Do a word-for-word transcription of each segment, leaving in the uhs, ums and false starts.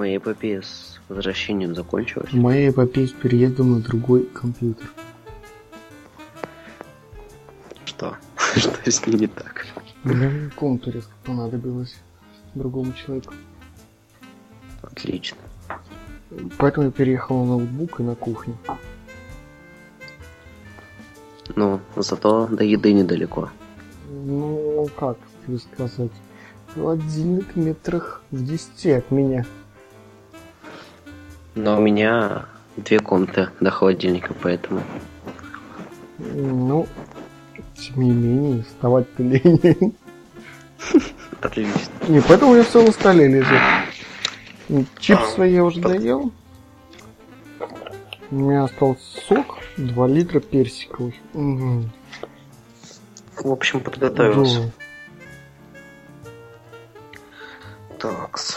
моя эпопея с возвращением закончилась. Моя эпопея с переездом на другой компьютер. Что? Что с ним не так? Мне комнату резко понадобилось другому человеку. Отлично. Поэтому я переехал на ноутбук и на кухню. Ну, зато до еды недалеко. Ну, как тебе сказать? Холодильник метрах в десяти от меня. Но у меня две комнаты до холодильника, поэтому... Ну, тем не менее, вставать-то лень. Отлично. Не, поэтому у меня все на столе лежит. Чипсы а, я уже под... доел. У меня остался сок, два литра персиковый. Угу. В общем, подготовился. Да. Такс.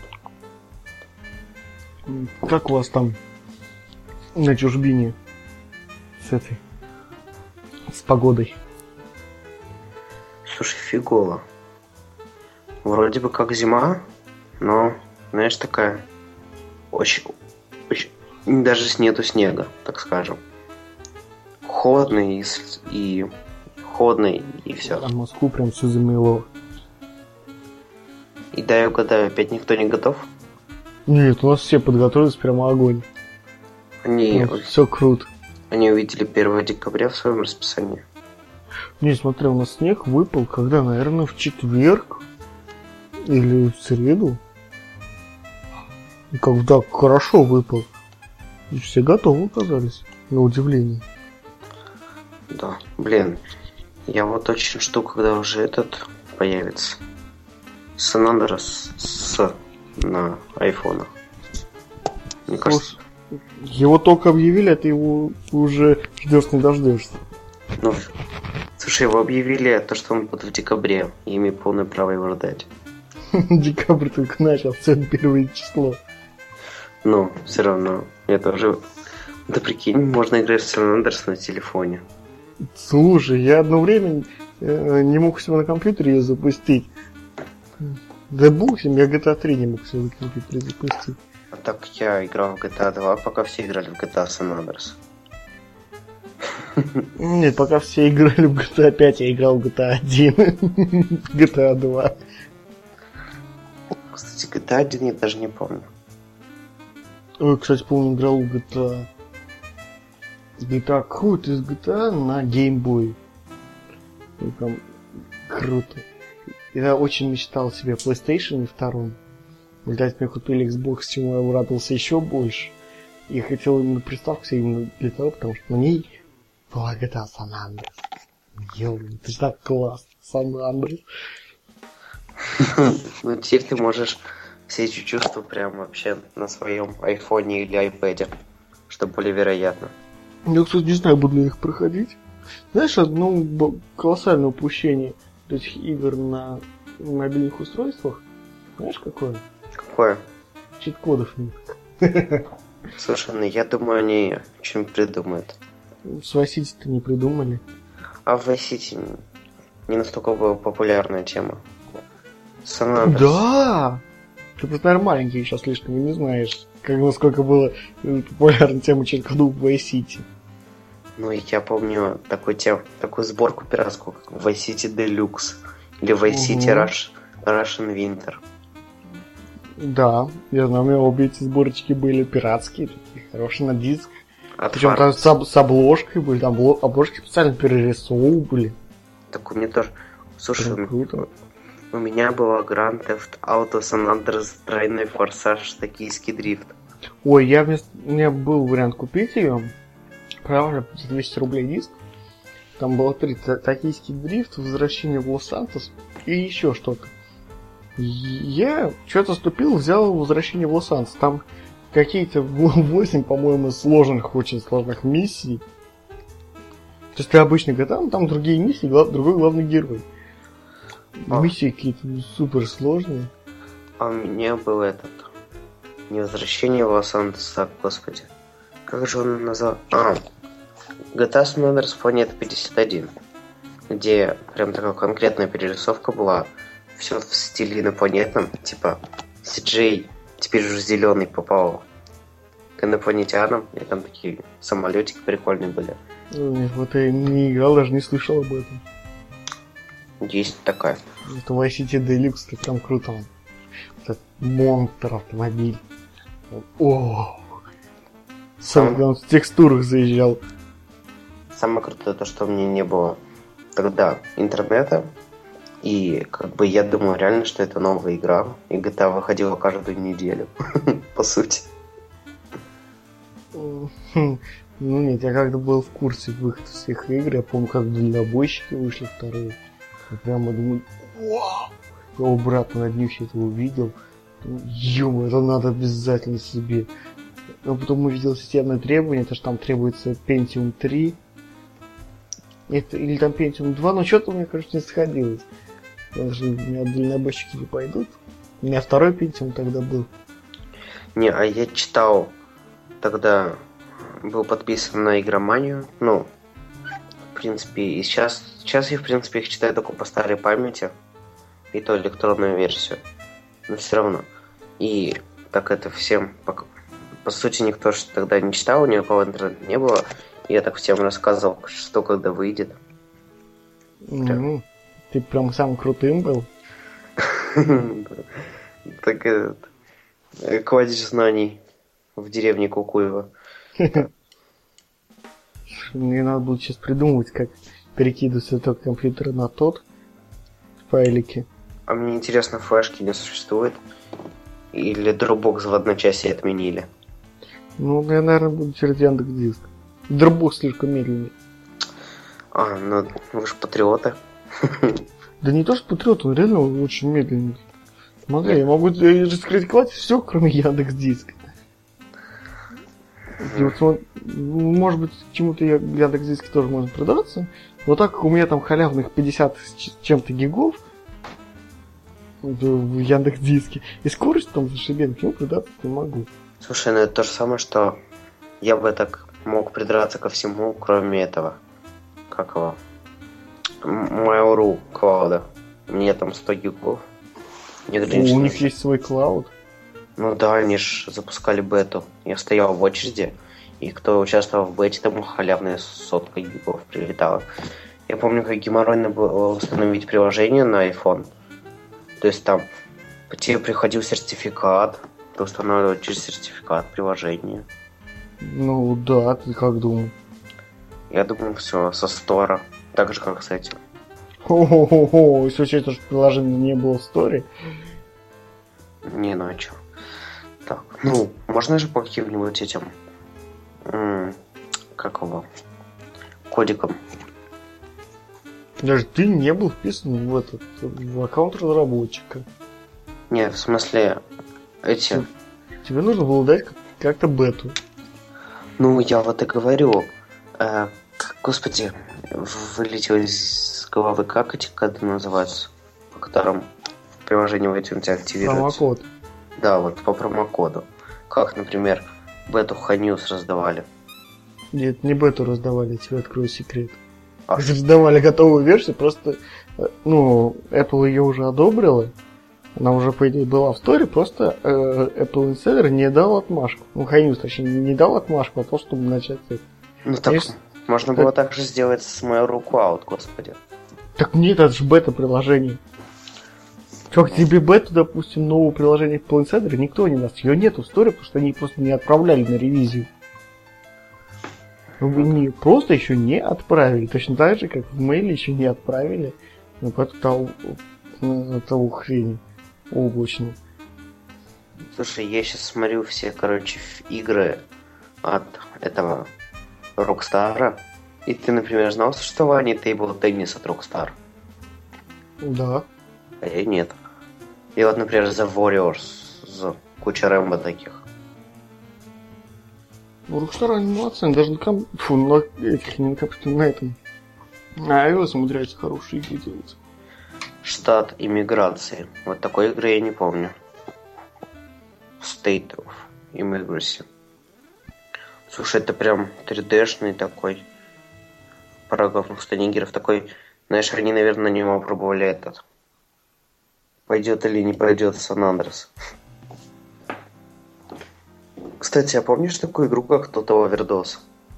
Как у вас там на чужбине с этой, с погодой? Слушай, фигово. Вроде бы как зима, но, знаешь, такая очень, очень даже нету снега, так скажем. Холодно и, и холодно и все. А Москву прям все замело. И дай угадаю, опять никто не готов? Нет, у нас все подготовились, прямо огонь. Они, все круто. Они увидели первого декабря в своем расписании. Не, смотри, у нас снег выпал, когда, наверное, в четверг или в среду. И как так хорошо выпал. И все готовы оказались, на удивление. Да, блин, я вот очень жду, когда уже этот появится. Сан Андреас с на айфонах. Мне Слушай, кажется... Его только объявили, а ты его уже ждешь не дождешься. Ну, слушай, его объявили, то, что он будет в декабре, и имею полное право его ждать. Декабрь только начался, первое число. Ну, все равно, я тоже... Да прикинь, можно играть в Сан Андреас на телефоне. Слушай, я одно время э, не мог себе на компьютере ее запустить. Да бог с ним, я джи ти эй три не мог себе на компьютере запустить. А так я играл в джи ти эй два, пока все играли в джи ти эй San Andreas. Нет, пока все играли в джи ти эй пять, я играл в джи ти эй один, джи ти эй два. Кстати, джи ти эй один я даже не помню. Ой, кстати, помню, играл в джи ти эй. джи ти эй круто, из джи ти эй на Game Boy. И там круто. Я очень мечтал себе PlayStation втором. Блять, мне купили Xbox, чему я радовался еще больше. Я хотел именно приставку себе именно для того, потому что на ней была джи ти эй San Andreas. Ёлка, это же так классно, San Andreas. Ну, теперь ты можешь все эти чувства прям вообще на своем айфоне или айпэде, что более вероятно. Я, кстати, не знаю, буду ли их проходить. Знаешь, одно колоссальное упущение этих игр на мобильных устройствах. Знаешь, какое? Какое? Чит-кодов нет. Слушай, ну я думаю, они что-нибудь придумают. С Vice City-то не придумали. А в Vice City не настолько была популярная тема. San Andreas. Да! Ты просто, наверное, маленький сейчас слишком и не знаешь, как, насколько была популярна тема чит-кодов в Vice City. Ну, я помню такую тему, такую сборку пиратскую, как Vice City Deluxe или Vice City угу. Rush, Russian Winter. Да, я знаю, у меня обе эти сборочки были пиратские, такие хорошие на диск. От Причем там с, об, с обложкой были, там обложки специально перерисовывали. Так у меня тоже... Слушай, у, у меня была Grand Theft Auto San Andreas тройной форсаж токийский дрифт. Ой, я вместо... у меня был вариант купить ее. Правда, за двести рублей диск. Там было три: токийский дрифт, возвращение в Лос-Сантос и еще что-то. Я что-то ступил, взял возвращение в Лос-Сантос. Там какие-то восемь, по-моему, сложных, очень сложных миссий. То есть ты обычный джи ти эй, там другие миссии, глав... другой главный герой. А. Миссии какие-то супер сложные. А у меня был этот... Не возвращение в Лос-Сантос, а, господи. Как же он назвал? А, джи ти эй San Andreas Planet пятьдесят один. Где прям такая конкретная перерисовка была. Все в стиле инопланетном, типа си джей теперь уже зеленый попал к инопланетянам, и там такие самолетики прикольные были. Нет, вот я не играл, даже не слышал об этом. Есть такая. Это Vice City Deluxe, так там круто. Этот монстр автомобиль. О, сам там в текстурах заезжал. Самое крутое то, что у меня не было тогда интернета. И как бы я думал реально, что это новая игра. И джи ти эй выходила каждую неделю. По сути. Ну нет, я как-то был в курсе выхода всех игр. Я помню, как дальнобойщики вышли вторые. Я прямо думаю, вау! Я у брата на днюхе это увидел. Ё-моё, это надо обязательно себе. А потом увидел системное требование, это же там требуется Pentium три. Это, или там Pentium два, но что-то у меня, короче, не сходилось. Потому что у меня дальнобойщики не пойдут. У меня второй Pentium тогда был. Не, а я читал, тогда был подписан на игроманию. Ну, в принципе, и сейчас, сейчас я, в принципе, их читаю только по старой памяти. И то электронную версию. Но все равно. И так это всем... По, по сути, никто же тогда не читал, ни у кого интернета не было. И я так всем рассказывал, что когда выйдет. Mm-hmm. Ты прям самым крутым был? Так этот... Кладезь знаний в деревне Кукуево. Мне надо будет сейчас придумывать, как перекидывать с этого компьютера на тот файлики. А мне интересно, флешки не существует? Или Dropbox в одночасье отменили? Ну, я, наверное, буду через Яндекс.Диск. Dropbox слишком медленный. А, ну вы же патриоты. Да не то, что патриот, он реально очень медленный. Смотри, я могу раскритиковать все, кроме Яндекс.Диска. И вот, может быть, чему-то Яндекс.Диске тоже можно продаться. Вот так как у меня там халявных пятьдесят с чем-то гигов в Яндекс.Диске, и скорость там зашибен, к нему продаться не могу. Слушай, ну это то же самое, что я бы так мог придраться ко всему, кроме этого. Как его? Mail.ru клауда. Мне там сто гигов. У них есть свой клауд? Ну да, они же запускали бету. Я стоял в очереди, и кто участвовал в бете, тому халявная сотка гигов прилетала. Я помню, как геморройно было установить приложение на iPhone. То есть там по тебе приходил сертификат, ты устанавливал через сертификат приложение. Ну да, ты как думал? Я думал, все, со стора. Так же, как с этим. Хо-хо-хо-хо, если учесть, что приложения не было в сторе. Не, ну а чё? Так, ну, можно же по каким-нибудь этим... М- как его? Кодикам. Даже ты не был вписан в этот, в аккаунт разработчика. Не, в смысле, эти... Тебе нужно было дать как-то бету. Ну, я вот и говорю. Э, господи, вылетело из головы, как эти коды называются, по которым приложение в iTunes активируется. Промокод. Да, вот по промокоду. Как, например, бету Ханьюс раздавали. Нет, не бету раздавали, я тебе открою секрет. А раздавали готовую версию, просто, ну, Apple ее уже одобрила. Она уже, по идее, была в сторе, просто э, Apple Insider не дал отмашку. Ну, Ханьюс, точнее, не дал отмашку, а то, чтобы начать это. Ну, так Есть... можно как... было так же сделать с Mail.ru Cloud, господи. Так нет, это же бета-приложение. Как тебе бету, допустим, нового приложения Apple Insider никто не даст. Ее нету в сторе, потому что они просто не отправляли на ревизию. Не, просто еще не отправили. Точно так же, как в мейле еще не отправили. Ну, эту того хрени облачную. Слушай, я сейчас смотрю все, короче, игры от этого Rockstar. И ты, например, знал о существовании Table Tennis от Rockstar? Да. А я нет. И вот, например, The Warriors, куча Рэмбо таких. Ну, Rockstar они молодцы, они даже на, ком... Фу, на этих, не на компьютере, на этом. На iOS умудряются хорошие игры делать. Штат иммиграции. Вот такой игры я не помню. State of Immigration. Слушай, это прям три дэ-шный такой. Параграф Станигеров такой. Знаешь, они, наверное, на него опробовали этот. Пойдет или не пойдет Сан Андрес. Кстати, а помнишь такую игру, как Total Overdose?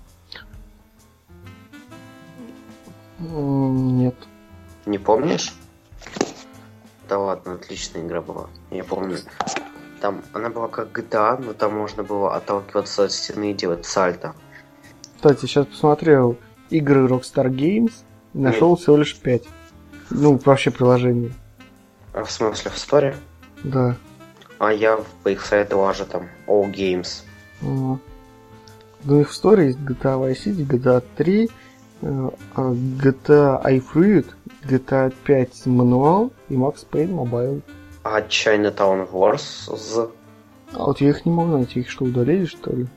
Нет. Не помнишь? Да ладно, отличная игра была. Я помню. Там она была как джи ти эй, но там можно было отталкиваться от стены и делать сальто. Кстати, сейчас посмотрел игры Rockstar Games и нашел всего лишь пять. Ну, вообще приложение. А в смысле, в сторе? Да. А я по их сайту лажу там All Games. Ага. Ну, их в сторе есть джи ти эй Vice City, джи ти эй три, джи ти эй iFruit, джи ти эй пять Manual и Max Payne Mobile. А Chinatown Wars з... А вот я их не могу найти, их что, удалили, что ли?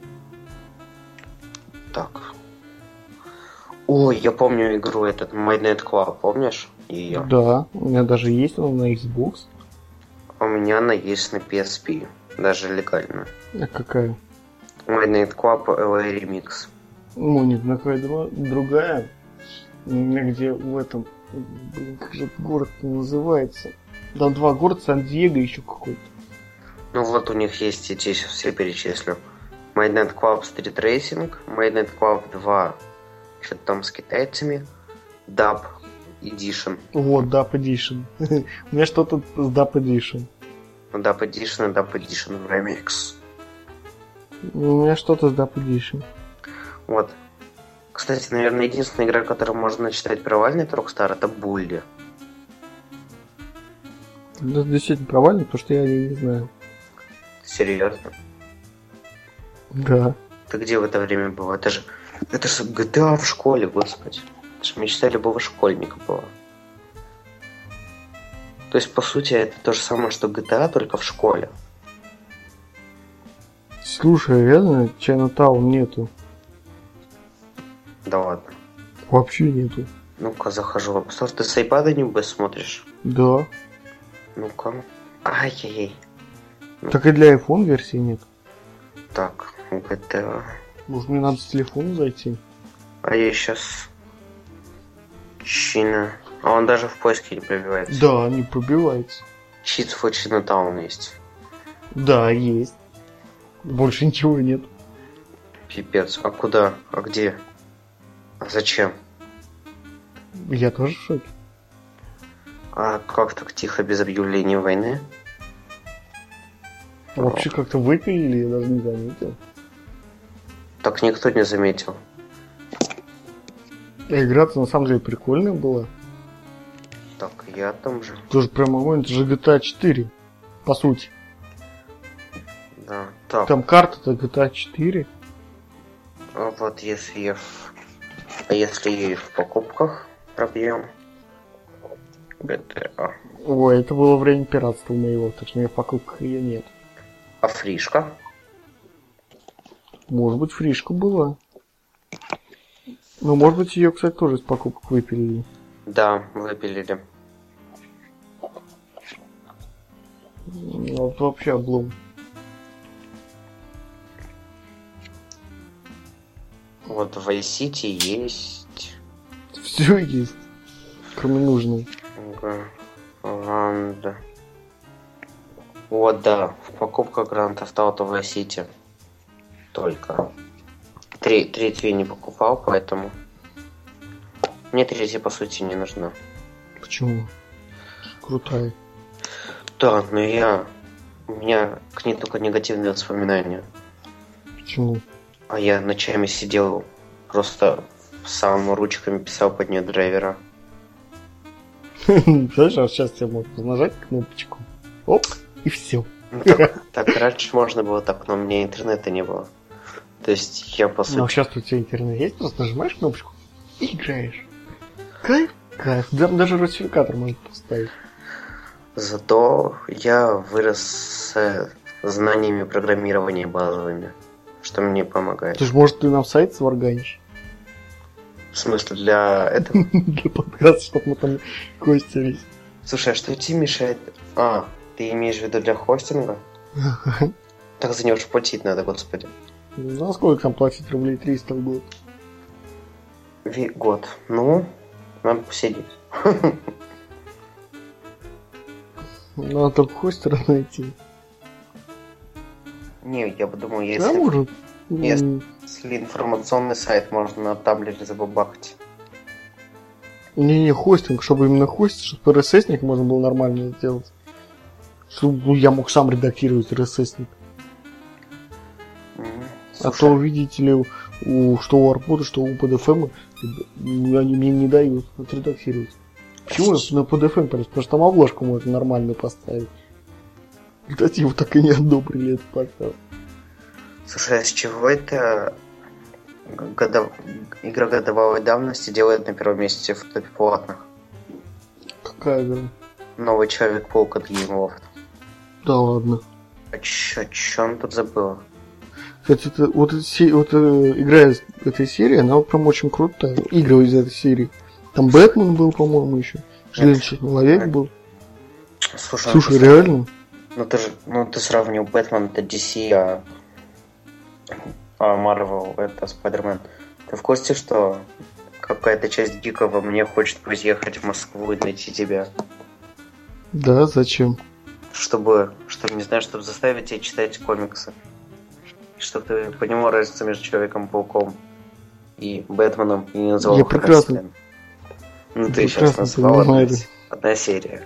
Так. Ой, я помню игру этот Midnight Club, помнишь? Ее? Да, у меня даже есть она на Xbox. А у меня она есть на пи эс пи, даже легально. А какая? Midnight Club эл эй Remix. Ну, нет, на какая другая. У меня где в этом... Блин, как же этот город называется? Там два города, Сан-Диего еще какой-то. Ну вот у них есть, я тебе сейчас все перечислю. Midnight Club Street Racing, Midnight Club два, что-то там с китайцами, Dub Edition. Вот, Dub Edition. У меня что-то с Dub Edition. Dub Edition и Dub Edition Remix. У меня что-то с Dub Edition. Вот. Кстати, наверное, единственная игра, которую можно читать провальный от Rockstar, это Bully. Это действительно провально, потому что я не, не знаю. Серьезно? Да. Ты где в это время был? Это же... Это же джи ти эй в школе, господи. Это же мечта любого школьника была. То есть, по сути, это то же самое, что джи ти эй, только в школе. Слушай, реально Chinatown нету? Да ладно. Вообще нету. Ну-ка, захожу в App Store. Ты с iPad небось смотришь? Да. Ну-ка. Ай-яй-яй. Так и для iPhone версии нет. Так, джи ти эй. Может, мне надо с телефона зайти? А я сейчас... Чина. А он даже в поиске не пробивается. Да, не пробивается. Cheats for Chinatown есть. Да, есть. Больше ничего нет. Пипец. А куда? А где? А зачем? Я тоже в шоке. А как так тихо, без объявления войны? Вообще как-то выпилили, я даже не заметил. Так никто не заметил. А игра-то на самом деле прикольная была. Так, я там же. Тоже прям огонь, это же джи ти эй четыре. По сути. Да. Так. Там карта-то джи ти эй четыре. А вот если я в... А если я в покупках пробьем? джи ти эй. Ой, это было время пиратства моего, так что у меня в покупках ее нет. А фришка? Может быть, фришка была. Ну, может быть, ее, кстати, тоже из покупок выпилили. Да, выпилили. Вот вообще облом. Вот в Vice City есть... Все есть. Кроме нужной. Ланда. Вот, да. В покупках Grand Theft Auto Vice City. Только. Три, третью я не покупал, поэтому... Мне третья, по сути, не нужна. Почему? Крутая. Да, но я... У меня к ней только негативные воспоминания. Почему? А я ночами сидел, просто сам ручками писал под нее драйвера. Знаешь, а сейчас я могу нажать кнопочку. Оп, и все. Так, так раньше можно было так, но у меня интернета не было. То есть я по сути... Ну, сейчас у тебя интернет есть, просто нажимаешь кнопочку и играешь. Кайф? Кайф. Там даже русификатор можно поставить. Зато я вырос с знаниями программирования базовыми, что мне помогает. Ты же, может, ты нам сайт сварганишь? В смысле, для этого? Для подкаста, чтобы мы там хостились. Слушай, а что тебе мешает? А, ты имеешь в виду для хостинга? Так за него же платить надо, господи. За сколько там платить? Рублей триста в год. Ви- год. Ну, надо посидеть. Надо только хостера найти. Не, я подумал, Да, если, может. если информационный сайт можно на таблере забабахать. Не-не, хостинг, чтобы именно хостить, чтобы эр эс эс-ник можно было нормально сделать. Чтобы ну, я мог сам редактировать эр эс эс-ник. Mm-hmm. А то, видите ли, у, что у Арпода, что у пи ди эф эм, они мне не дают отредактировать. Почему я на пи ди эф эм полез? Потому что там обложку можно нормально поставить. Кстати, его так и не одобрили, этот подкаст. Слушай, а с чего это годов... игра годовалой давности делает на первом месте в топе платных? Какая игра? Новый Человек-паук от Game Loft. Да ладно. А чё, чё он тут забыл? Кстати, это, вот, эта, вот э, игра из этой серии, она вот прям очень крутая. Игры из этой серии. Там Бэтмен был, по-моему, еще. Железный человек был. Слушай, Слушай ну, реально? Ну ты же, ну ты сравнил Бэтмен это ди си, а а Marvel это Spider-Man. Ты в курсе, что какая-то часть гиков во мне хочет приехать в Москву и найти тебя? Да, зачем? Чтобы, чтобы, не знаю, чтобы заставить тебя читать комиксы. Чтобы ты понимал разницу между Человеком-пауком и Бэтменом и не называл Я прекрасно. Ну ты сейчас назвал одна, одна серия.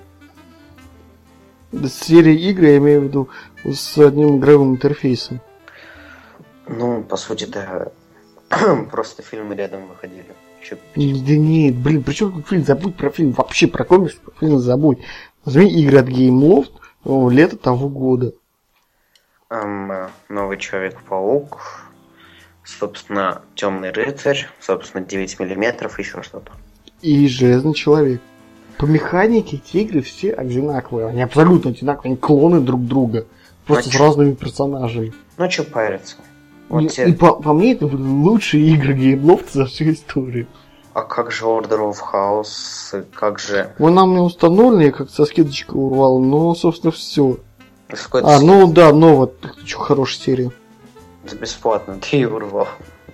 Серия игр, я имею в виду, с одним игровым интерфейсом. Ну, по сути, да. Просто фильмы рядом выходили. Чё? Да нет, блин, при чем тут фильм? Забудь про фильм. Вообще про комикс, про фильм забудь. Возьми игры от Game Loft о, лета того года. Um, новый Человек-паук. Собственно, Темный рыцарь. Собственно, девять миллиметров, еще что-то. И Железный человек. По механике эти игры все одинаковые. Они абсолютно одинаковые. Они клоны друг друга. Просто ну, с чё? разными персонажами. Ну, что париться? Вот и, те... и по, по мне, это лучшие игры Game Loft за всю историю. А как же Order of Chaos? Как же... Она мне установлена, я как-то со скидочкой урвал, но, собственно, все. А, скидка? ну да, но вот, что хорошая серия. За бесплатно, ты ее урвал.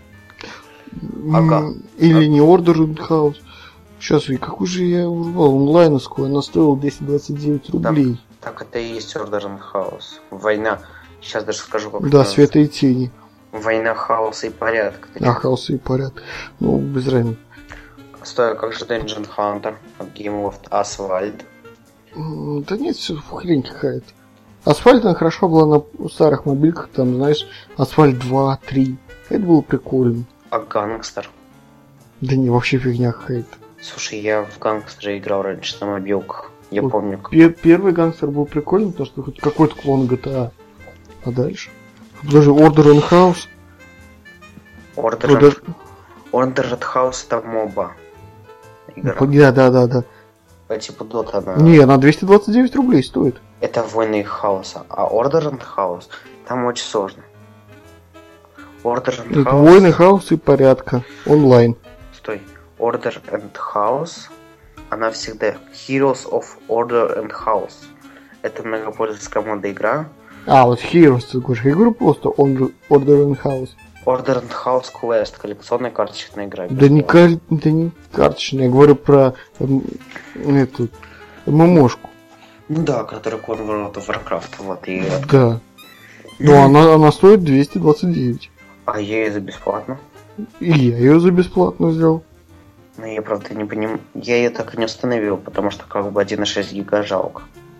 Ага. Или а... не Order of Chaos. Сейчас, и какую же я урвал? Онлайновскую, она стоила двести двадцать девять рублей. Так, так это и есть Order of Chaos. Война. Сейчас даже скажу, как да, света и тени. Война хаоса и порядка. А, хаоса и порядка. Ну, без разницы. Стой, а как же Dungeon Hunter от Game Loft Asphalt? Да нет, все хрень какая-то. Асфальт, она хорошо была на старых мобилках, там, знаешь, Асфальт два, три. Это было прикольно. А Гангстер? Да не, вообще фигня какая-то. Слушай, я в Гангстере играл раньше на мобилках. Я вот помню. Как... Пер- первый Гангстер был прикольный, потому что хоть какой-то клон джи ти эй. А дальше? Даже Order and House. Order and... Order... Order and House это моба. Игра. Да, да, да, да. По типу Dota она... Не, она двести двадцать девять рублей стоит. Это войны хаоса. А Order and House там очень сложно. Order and это House... войны хаоса и порядка. Онлайн. Стой. Order and House она всегда Heroes of Order and House. Это многопользовательская мода игра. А, вот Heroes, ты говоришь, игру просто Order and House. Order and House Quest, коллекционная карточная игра. Да не, кар... да не карточная, я говорю про эм, эту ММОшку. Ну да, которая Core World of Warcraft, вот и... Да. Но она, она стоит двести двадцать девять. А я ее за бесплатно? И я ее за бесплатно взял. Ну я правда не понимаю, я ее так и не установил, потому что как бы один и шесть гига жалко.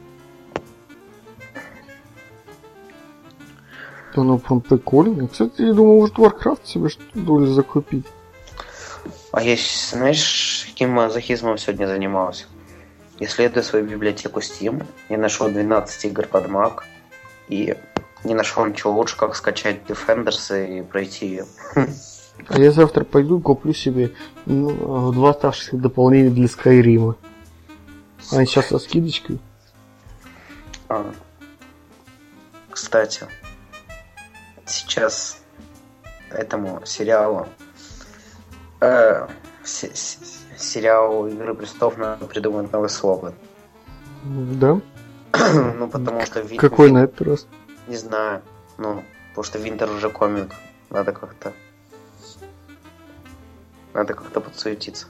Оно прям прикольно. Кстати, я думал, может Warcraft себе что-то ли закупить. А я, знаешь, каким мазохизмом сегодня занимался? Исследуя свою библиотеку Steam, я нашел двенадцать игр под Mac и не нашел ничего лучше, как скачать Defenders и пройти ее. А я завтра пойду куплю себе ну, два оставшихся дополнения для Skyrim. Они сейчас со скидочкой. А. Кстати, сейчас этому сериалу э, с- с- сериалу Игры престолов надо придумать новый слоган. Да? Ну, потому что... Ви- Какой ви- на этот раз? Не знаю. Ну, потому что Винтер уже комик. Надо как-то... Надо как-то подсуетиться.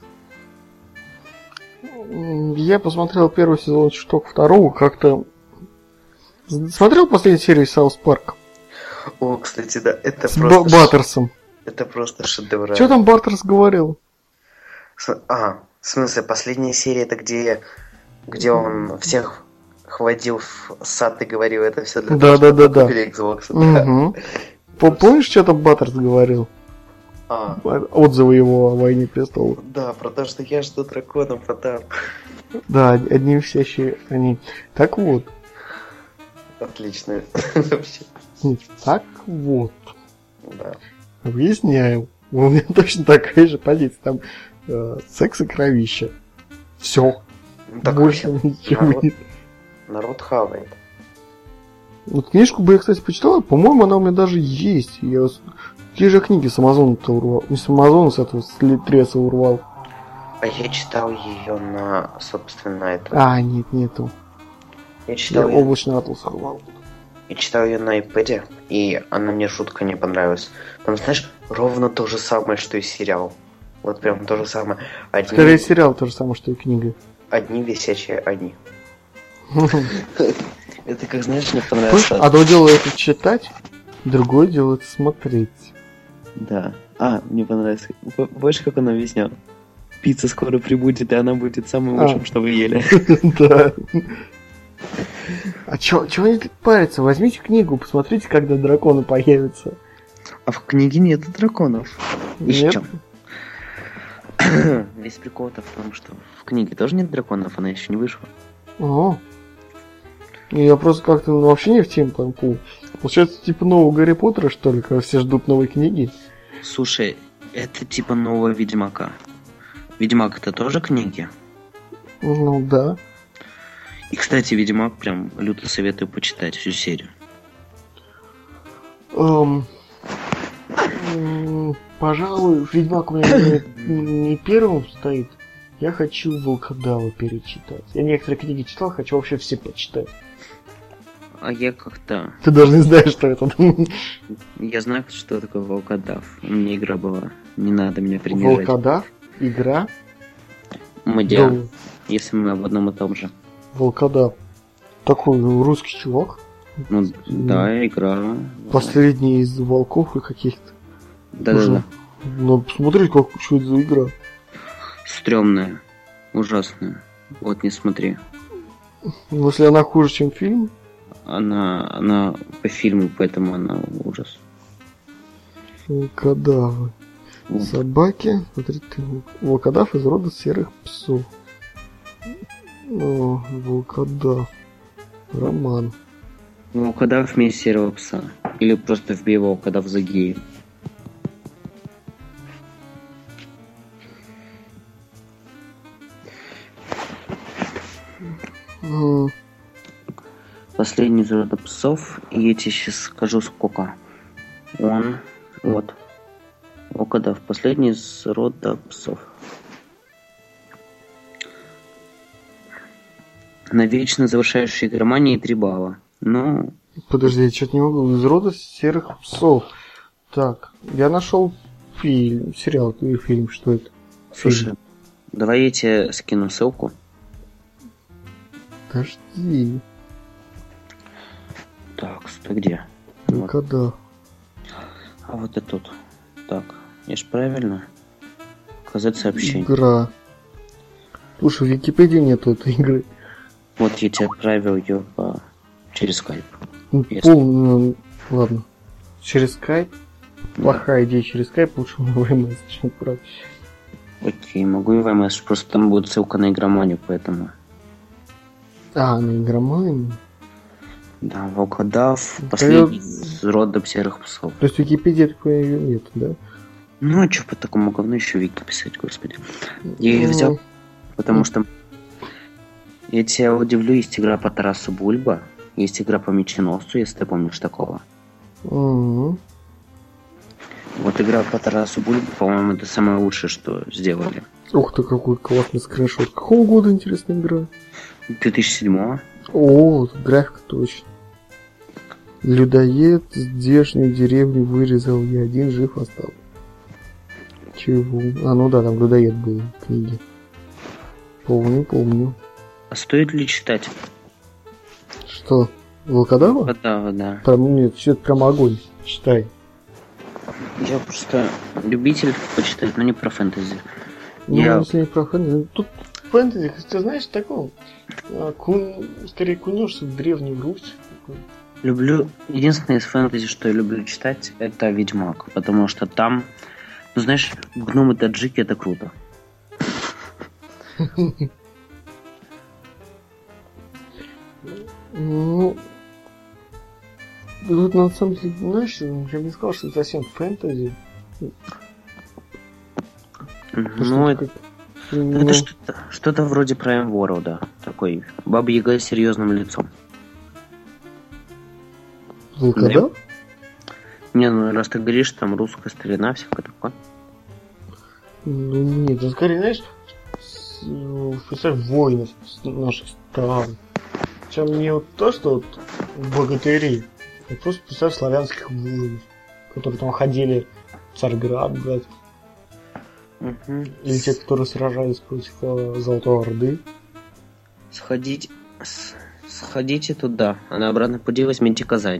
Я посмотрел первый сезон чуток второго, как-то... Смотрел последнюю серию Саус Парка? О, кстати, да, это С просто... Б- Баттерсом. Это просто шедевр. Что там Баттерс говорил? С- А, в смысле, последняя серия, это где, где он всех хватил в сад и говорил, это все для Да, того, да, чтобы да, да. купили Xbox. Да. Угу. Помнишь, что там Баттерс говорил? А, Отзывы его о «Войне престолов». да, про то, что я жду дракона, потом. Да, одни висящие они. Так вот. Отлично. Вообще. Нет, так вот. Да. Объясняю. У меня точно такая же позиция. Там э, секс и кровища. Все. Ну, так Больше вообще ничего народ, нет. народ хавает. Вот книжку бы я, кстати, почитал. По-моему, она у меня даже есть. Я с- Какие же книги с Амазона-то урвал? Не с Амазона, с этого, с Литреса урвал. А я читал ее на, собственно, это. А, нет, нету. Я Я читал ее. облачный атлас урвал. Я читал ее на iPad, и она мне жутко не понравилась. Там, знаешь, ровно то же самое, что и сериал. Вот прям то же самое. Одни, Скорее, сериал то же самое, что и книга. одни висячие они. Это как, знаешь, мне Слышь, понравилось. одно дело это читать, другое дело это смотреть. Да. А, мне понравилось. П- Помнишь, как он объяснял? Пицца скоро прибудет, и она будет самым А. лучшим, что вы ели. Да. А чё, чё они так парятся? Возьмите книгу, посмотрите, когда драконы появятся. А в книге нету драконов. Нет? Ищем. Весь прикол-то в том, что в книге тоже нет драконов, она еще не вышла. Ага. Я просто как-то ну, вообще не в тему пойму. Получается, типа нового Гарри Поттера, что ли, когда все ждут новой книги? Слушай, это типа нового Ведьмака. Ведьмак это тоже книги? Ну да. И, кстати, Ведьмак прям люто советую почитать всю серию. Эм, м, Пожалуй, Ведьмак у меня не, не первым стоит. Я хочу Волкодава перечитать. Я некоторые книги читал, хочу вообще все почитать. А я как-то... Ты даже не знаешь, что это. Я знаю, что такое волкодав. У меня игра была. Не надо меня принижать. Волкодав, игра, Мадиар. да, Если мы в одном и том же. Волкодав. Такой русский чувак. Ну, да, игра. Последний из волков и каких-то. Да-да-да. Надо посмотреть, как, что это за игра. Стрёмная. Ужасная. Вот, не смотри. Ну, если она хуже, чем фильм, Она, она по фильму, поэтому она ужас. волкодавы. Собаки. Смотри, ты. Волкодав из рода серых псов. О, волкодав. Роман. Волкодав вместе серого пса. Или просто вбей волкодав за геи. М, Последний из рода псов. И я тебе сейчас скажу сколько. Он. Вот. Волкодав. Последний из рода псов. Навечно завершающий игромании три балла. Ну, Подожди, я что-то не могу. Из рода серых псов. Так, я нашел фильм, сериал или фильм, что это? слушай, Фильм. давай я тебе скину ссылку. Подожди. Так, ты где? Вот. Волкодав. А вот и тут. Так, я ж правильно? Указать сообщение. Игра. Слушай, в Википедии нету этой игры. Вот я тебе отправил ее по... через скайп. Ну, Ясно. полно. Ладно. Через скайп? Плохая идея через скайп, лучше на вэ эм эс чем отправить. Окей, могу и вам, просто там будет ссылка на игроманию, поэтому... А, на игромании. Да, волкодав, Да последний я- из рода серых псов. То есть в Википедии такой её нет, да? Ну а что по такому говну еще Вики писать, господи. Я ее взял, потому что... Я тебя удивлю, есть игра по Тарасу Бульба, есть игра по Меченосцу, если ты помнишь такого. Мгм. Вот игра по Тарасу Бульбу, по-моему, это самое лучшее, что сделали. Ух ты, какой классный скриншот. Какого года интересная игра? две тысячи седьмого. О, тут графика точно. Людоед здешнюю деревню вырезал, я один жив остался. Чего? А, ну да, там людоед был в книге. Помню, помню. А стоит ли читать? Что? Волкодава? Да, да. Прям, нет, все это прям огонь. Читай. Я просто любитель почитать, но не про фэнтези. Ну, Я... если не про фэнтези. Тут фэнтези, ты знаешь, такого. Кун... Скорее кунешься в древнюю Русь. Люблю... Единственное из фэнтези, что я люблю читать, это Ведьмак. Потому что там, ну знаешь, гномы-таджики — это круто. Ну... Тут на самом деле, знаешь, я бы не сказал, что это совсем фэнтези. Ну, это, ну, это что-то, что-то вроде Prime World, такой Баба-Яга с серьезным лицом. Волкодав? Да? Не, ну раз ты говоришь, там русская старина, всякое такое. Ну нет, это скорее, знаешь, представь, воинов наших стран. Чем не вот то, что вот богатыри, а просто представь славянских воинов, которые там ходили в Царьград, блядь. Угу. Или те, которые сражались против э, Золотой Орды. Сходите, с, сходите туда, а на обратном пути возьмите Казань.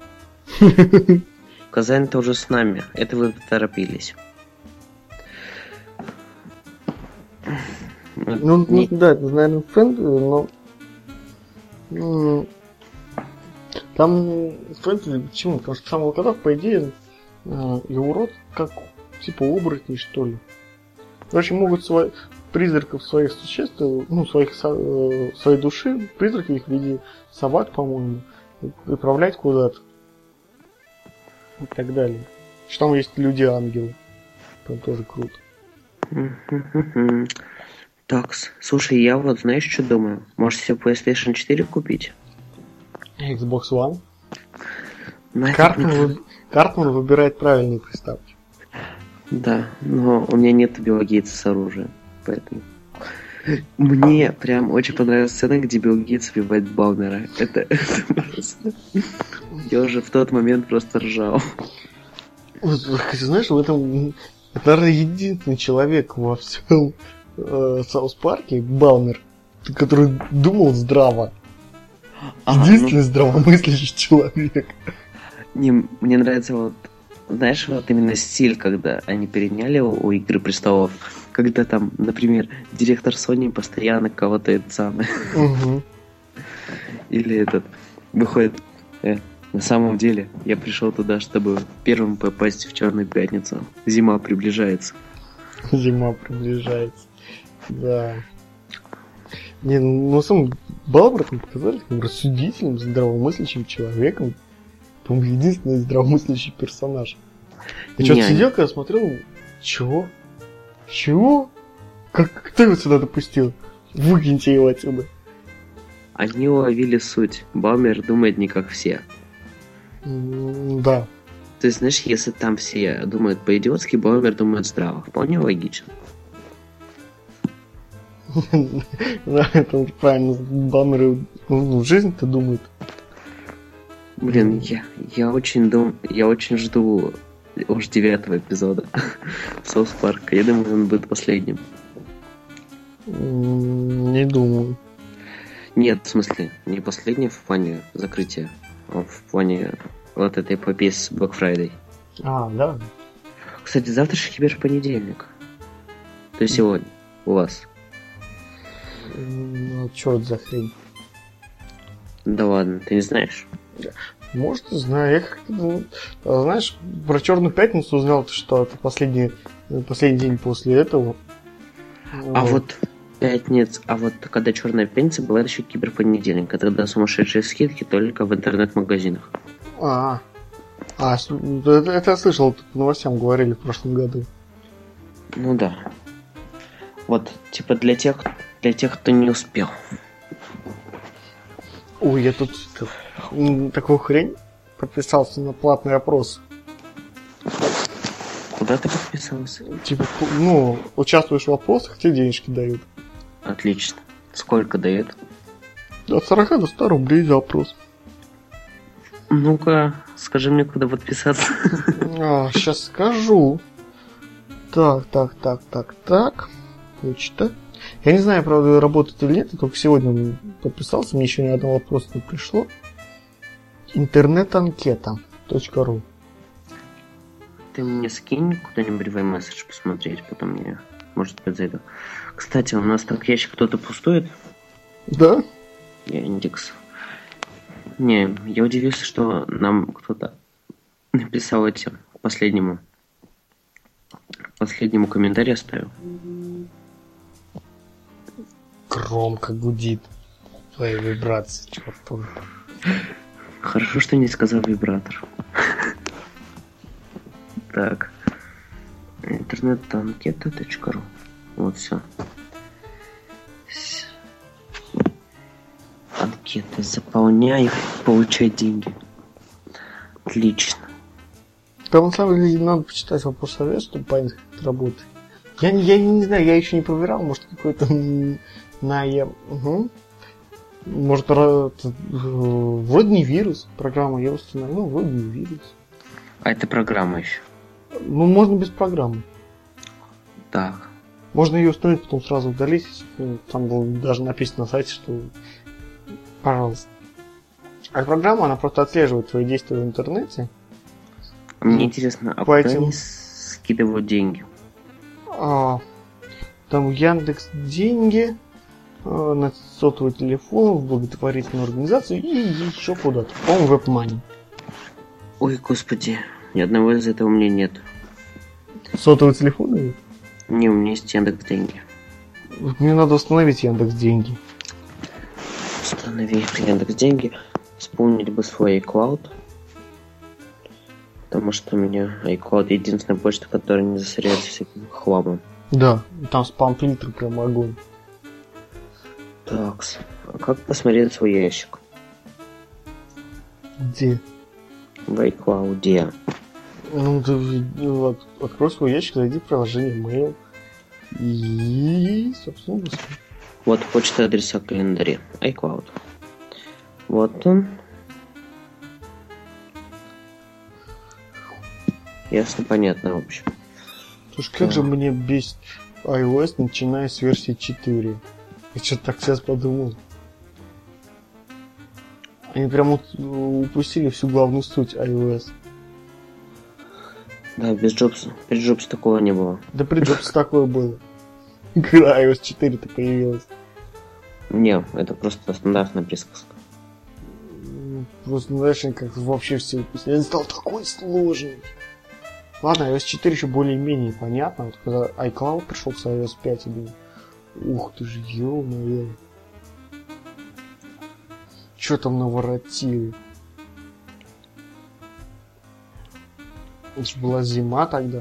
Казань-то уже с нами, это вы поторопились. Ну, Не... ну да, это, наверное, фэнтези, но... Ну, там фэнтези, почему? Потому что сам Волкодав, по идее, э, и урод, как типа оборотней, что ли. Короче, могут свои, призраков своих существ, ну, своих, э, своей души, призраки их в виде собак, по-моему, отправлять куда-то. И так далее. Что там есть люди-ангелы. Там тоже круто. Так, слушай, я вот, знаешь, что думаю? Может, себе PlayStation четыре купить? Xbox One? Картман, вы... Картман выбирает правильные приставки. Да, но у меня нет Билла Гейтса с оружием, поэтому... Мне прям очень понравилась сцена, где Билл Гейтс убивает Балмера. Это, это просто... Я уже в тот момент просто ржал. Вот, знаешь, в этом... Это, наверное, единственный человек во всем э, Саус-парке, Балмер, который думал здраво. А, единственный ну... здравомыслящий человек. Не, мне нравится вот... Знаешь, вот именно стиль, когда они переняли у, у Игры Престолов, когда там, например, директор Sony постоянно кого-то это самое. Угу. Или этот выходит, э, на самом деле, я пришел туда, чтобы первым попасть в Черную пятницу. Зима приближается. Зима приближается. Да. Не, ну сам Балберт мне показали таким рассудительным, здравомыслящим человеком. По-моему, единственный здравомыслящий персонаж. Я что-то сидел, когда смотрел, чего? Чего? Как, кто его сюда допустил? Выкиньте его отсюда. Они уловили суть. Балмер думает не как все. Mm, да. То есть, знаешь, если там все думают по-идиотски, Балмер думает здраво. Вполне логично. Да, это правильно. Балмер в жизни-то думает. Блин, я, я очень дум... я очень жду уж девятого эпизода Саус Парка. Я думаю, он будет последним. Не думаю. Нет, в смысле, не последний в плане закрытия, а в плане вот этой эпопеи с Black Friday. А, да. Кстати, завтра же киберпонедельник. То есть сегодня у вас. Ну, чё это за хрень? Да ладно, ты не знаешь? Может, знаю. Я как-то, знаешь, про Черную пятницу узнал, что это последний, последний день после этого. А вот, вот пятница, а вот когда Черная пятница была еще киберпонедельник, когда сумасшедшие скидки только в интернет-магазинах. А, а это, это я слышал, по новостям говорили в прошлом году. Ну да. Вот, типа для тех, для тех, кто не успел. Ой, я тут такую хрень подписался на платный опрос. Куда ты подписался? Типа, ну, участвуешь в опросах, тебе денежки дают. Отлично. Сколько дают? От сорок до ста рублей за опрос. Ну-ка, скажи мне, куда подписаться. А, сейчас скажу. Так, так, так, так, так. Почта. Я не знаю, правда, работает или нет, я только сегодня подписался, мне еще ни одного вопроса не пришло. интернет-анкета точка ру. Ты мне скинь куда-нибудь в iMessage посмотреть, потом мне, может быть, зайду. Кстати, у нас так ящик кто-то пустует. Да? Яндекс. Не, я удивился, что нам кто-то написал эти к последнему. К последнему комментарий оставил. Громко гудит твои вибрации, чертовы. Хорошо, что не сказал вибратор. Так. интернет-анкета точка ру. Вот все. Анкеты заполняй, получай деньги. Отлично. Там на самом деле надо почитать вопрос совет, чтобы понять, как это работает. Я, я не знаю, я еще не проверял, может какой-то на я. Угу. Может, вроде не вирус. Программа я установил, вроде не вирус. А это программа еще. Ну, можно без программы. Так. Можно ее установить, потом сразу удалить. Там было даже написано на сайте, что пожалуйста. А программа, она просто отслеживает твои действия в интернете. Мне интересно, а куда этим... они скидывают деньги? А, там Яндекс деньги, а, на сотовый телефон, в благотворительную организацию и еще куда-то. По-моему, WebMoney. Ой, господи, ни одного из этого у меня нет. Сотовый телефон? Не, у меня есть Яндекс деньги. Мне надо установить Яндекс деньги. Установи Яндекс деньги. Вспомнить бы свой iCloud. Потому что у меня iCloud единственная почта, которая не засоряется всяким хламом. Да, там спам-фильтр прям огонь. Так, а как посмотреть свой ящик? Где? В iCloud. Ну, ты вот, открой свой ящик, зайди в приложение Mail. И, собственно, все. Вот почта адреса календаря. iCloud. Вот он. Ясно, понятно, в общем. Слушай, как а. же мне бесит iOS, начиная с версии четыре. Я что-то так сейчас подумал. Они прям упустили всю главную суть iOS. Да, без Джобса. При Джобсе такого не было. Да при Джобсе такое было. Когда iOS четыре-то появилась. Не, это просто стандартная присказка. Просто, знаешь, как вообще все упустили. Он стал такой сложный. Ладно, iOS четыре еще более-менее понятно. Вот когда iCloud пришел с iOS пять, я думаю, ух ты ж, ё-моё. Чё там наворотили? Это ж была зима тогда.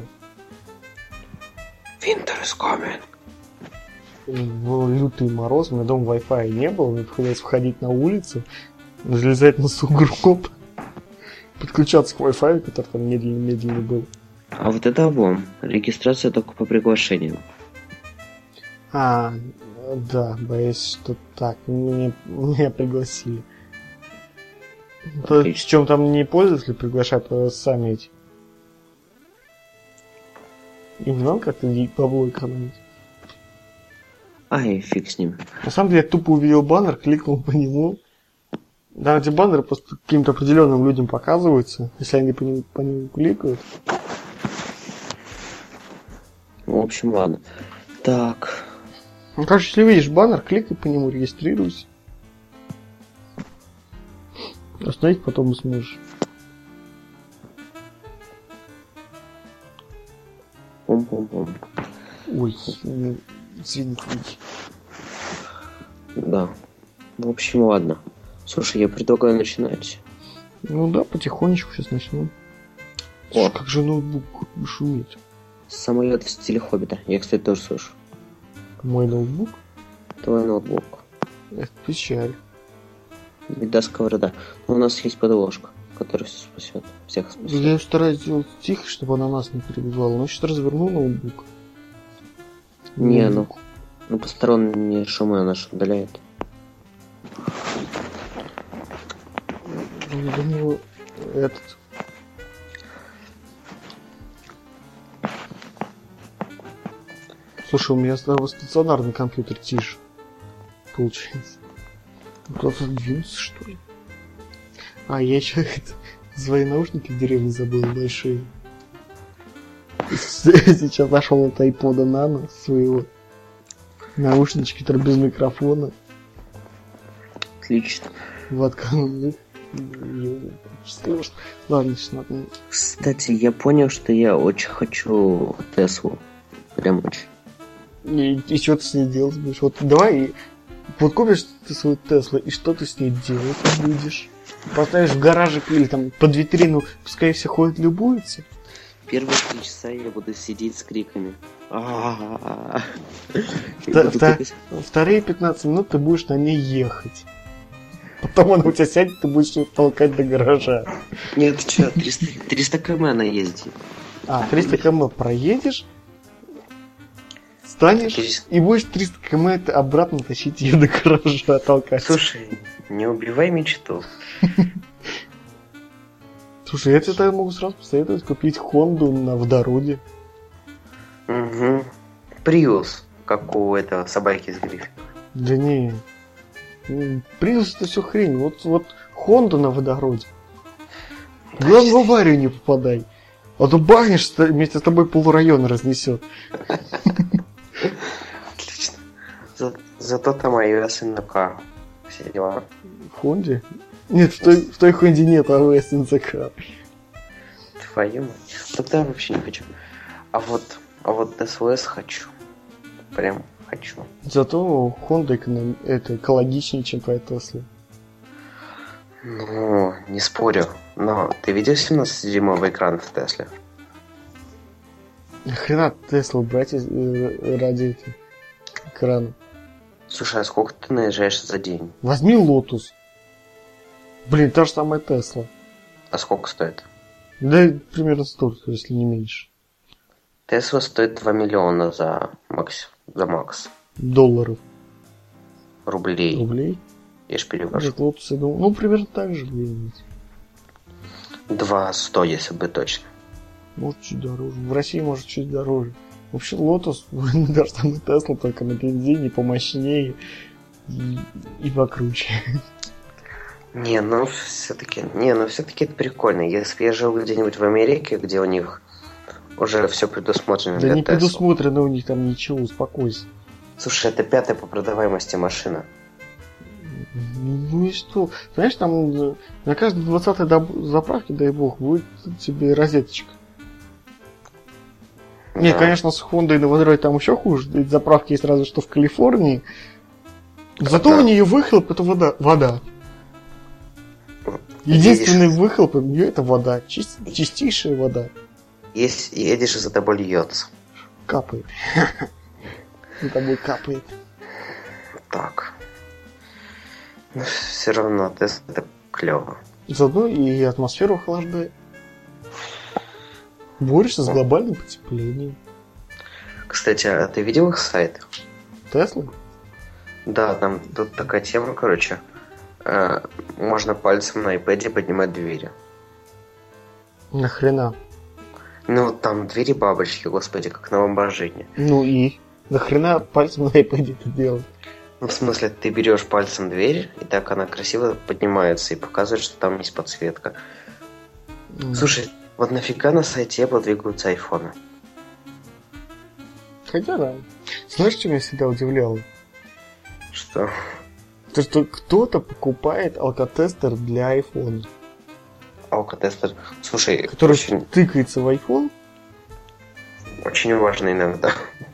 Winter is coming. Был лютый мороз, у меня дома Wi-Fi не было, мне приходилось входить на улицу, залезать на сугроб, подключаться к Wi-Fi, который там медленно-медленно был. А вот это облом. Регистрация только по приглашению. А, да, боюсь, что так. Меня, меня пригласили. Причем там не пользователи приглашают, а сами эти. Им надо как-то бабло экономить. Ай, фиг с ним. На самом деле я тупо увидел баннер, кликнул по нему. Да, эти баннеры просто каким-то определенным людям показываются, если они по нему, по нему кликают. В общем, ладно. Так. Ну, короче, если видишь баннер, кликай по нему, регистрируйся. Остановить потом не сможешь. Пум-пум-пум. Ой, извините. Да. В общем, ладно. Слушай, я предлагаю начинать. Ну да, потихонечку сейчас начнем. Слушай, как же ноутбук шумит. Самолет в стиле Хоббита. Я, кстати, тоже слышу. Мой ноутбук? Твой ноутбук. Это печаль. Беда сковорода. Но у нас есть подложка, которая все спасет. Всех спасет. Я стараюсь сделать тихо, чтобы она нас не перебивала. Но сейчас разверну ноутбук. Не, ну, ну посторонние шумы она же удаляет. Я думаю, этот... Слушай, у меня стационарный компьютер тише. Получается. Просто двинулся, что ли? А, я еще свои наушники в деревне забыл, большие. Сейчас нашел от iPod Nano своего. Наушнички, которые без микрофона. Отлично. Воткнул. Ладно, сейчас надо... Кстати, я понял, что я очень хочу Теслу. Прям очень. И, и что ты с ней делать будешь? Вот давай, вот купишь ты свою Теслу, и что ты с ней делать будешь? Поставишь в гаражик или там под витрину, пускай все ходят, любуются. Первые три часа я буду сидеть с криками. Вторые пятнадцать минут ты будешь на ней ехать. Потом она у тебя сядет, ты будешь ее толкать до гаража. Нет, ты что, триста километров она ездит. А, триста километров проедешь, станешь и будешь триста километров обратно тащить ее до гаража, толкать. Слушай, не убивай мечту. Слушай, я тебе тогда могу сразу посоветовать купить Хонду на в дороге. Угу. Приус, как у этого собаки с грифом. Да не. Приус это все хрень. Вот, вот Хонду на водороде. Главное, в аварию не попадай. А то бахнешь, вместе с тобой полрайона разнесет. Отлично. За, зато там iOS и эн ка. Все дела. В Хонде? Нет, в той, в той Хонде нет iOS и эн ка. Твою мать. Тогда вообще не хочу. А вот, а вот эс ви эс хочу. Прям хочу. Зато Honda эконом... это экологичнее, чем твоя Tesla. Ну, не спорю. Но ты видел семнадцатидюймовый экран в Тесле? Нахрена Теслу брать из... ради этого экрана? Слушай, а сколько ты наезжаешь за день? Возьми Lotus. Блин, та же самая Тесла. А сколько стоит? Да, примерно столько, если не меньше. Тесла стоит два миллиона за макс. За макс. Долларов. Рублей. Рублей? Я ж перевожу. Нет, Lotus, я думал, ну, примерно так же где-нибудь. два сто, если бы точно. Может, чуть дороже. В России, может, чуть дороже. Вообще, Lotus, даже там и Тесла, только на бензине, помощнее и, и покруче. Не, ну все-таки, не, ну все-таки это прикольно. Если я жил где-нибудь в Америке, где у них уже все предусмотрено да для не Tesla. предусмотрено у них там ничего, успокойся. Слушай, это пятая по продаваемости машина. Ну и что? Знаешь, там на каждой двадцатой заправке, дай бог, будет тебе розеточка. Да. Нет, конечно, с Хондой на водороде там еще хуже. Ведь заправки есть разве что в Калифорнии. Зато да. У нее выхлоп это вода. вода. Единственный едешь... выхлоп у нее это вода. Чист... Чистейшая вода. Есть, едешь, и за тобой льется. Капает. За тобой капает. Так. Но все равно тест это клево. Заодно и атмосферу охлаждает. Борешься с глобальным потеплением. Кстати, а ты видел их сайт? Теслы? Да, там тут такая тема, короче. Э, можно пальцем на iPad поднимать двери. Нахрена? Ну, там двери бабочки, господи, как на Ламборджини. Ну и? Нахрена пальцем на iPad это делать? Ну, в смысле, ты берешь пальцем дверь, и так она красиво поднимается и показывает, что там есть подсветка. Mm. Слушай, вот нафига на сайте Apple двигаются айфоны? Хотя да. Знаешь, что меня всегда удивляло? Что? То, что кто-то покупает алкотестер для айфона. Алкотестер? Слушай, который очень... тыкается в iPhone? Очень важно иногда.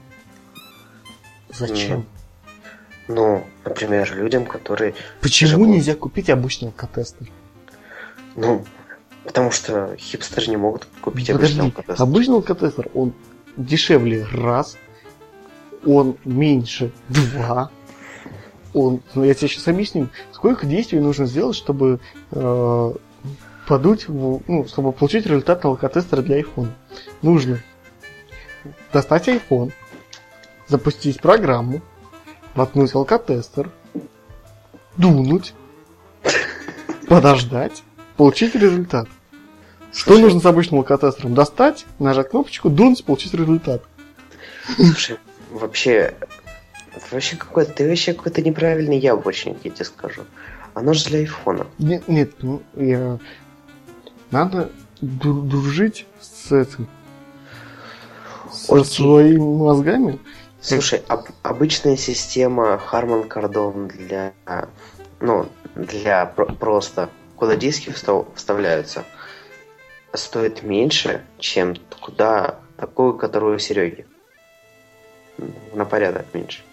Зачем? Ну, например, людям, которые... Почему живут... нельзя купить обычный алкотестер? Ну, потому что хипстеры не могут купить Подожди, обычный алкотестер. Обычный алкотестер, он дешевле раз, он меньше два. Он, ну, я тебе сейчас объясню, сколько действий нужно сделать, чтобы э, подуть, в, ну, чтобы получить результат алкотестера для iPhone. Нужно достать iPhone, запустить программу, воткнуть алкотестер, дунуть, подождать, получить результат. Что Слушай, нужно с обычным алкотестером? Достать, нажать кнопочку, дунуть, получить результат. Слушай, вообще, вообще какой-то, ты вообще какой-то неправильный яблочник, я тебе скажу. Оно же для айфона. Нет, нет, ну, я... надо дру- дружить с этим, со Окей. своими мозгами. Слушай, об- обычная система Harman Kardon для, ну, для про- просто куда диски встав- вставляются, стоит меньше, чем куда такую, которую у Сереги. На порядок меньше.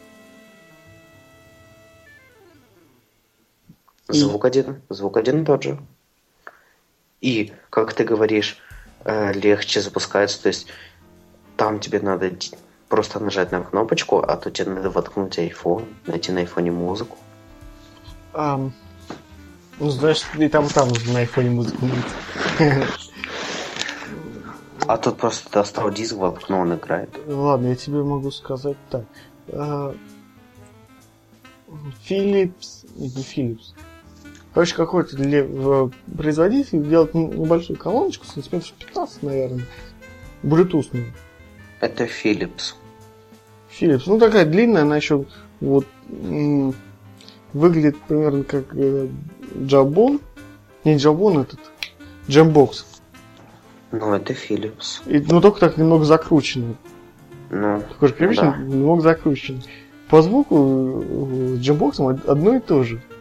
Звук один, звук один тот же. И, как ты говоришь, э, легче запускается, то есть там тебе надо д- просто нажать на кнопочку, а то тебе надо воткнуть iPhone, найти на айфоне музыку. Ам, ну, знаешь, и там, и там нужно на айфоне музыку найти. А тут просто достал диск, воткнул, он играет. Ладно, я тебе могу сказать так. А, Philips... Нет, не Philips. Короче, какой-то ле- в- производитель делает н- небольшую колоночку, сантиметров пятнадцать, наверное. Блютусную. Это Philips. Philips. Ну, такая длинная, она еще вот м, выглядит примерно как э, Jabon. Не Jabon, этот. Jambox. Ну, это Philips. И, ну, только так немного закрученная. Ну, Такой же кривичный, да. немного закрученный. По звуку э, с Jambox одно и то же.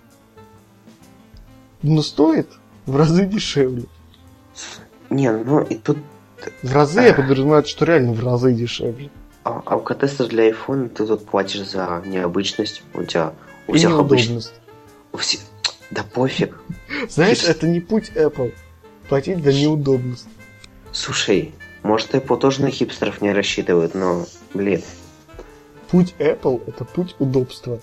Но стоит в разы дешевле. Не, ну и тут В разы я подразумеваю, что реально в разы дешевле. а- алкотестер для iPhone, ты тут платишь за необычность. У тебя у И всех обычно. неудобность. У всех... Да пофиг. Знаешь, Ты- это не путь Apple. Платить за неудобность. Слушай, может Apple тоже на хипстеров не рассчитывает, но, блин. Путь Apple — это путь удобства.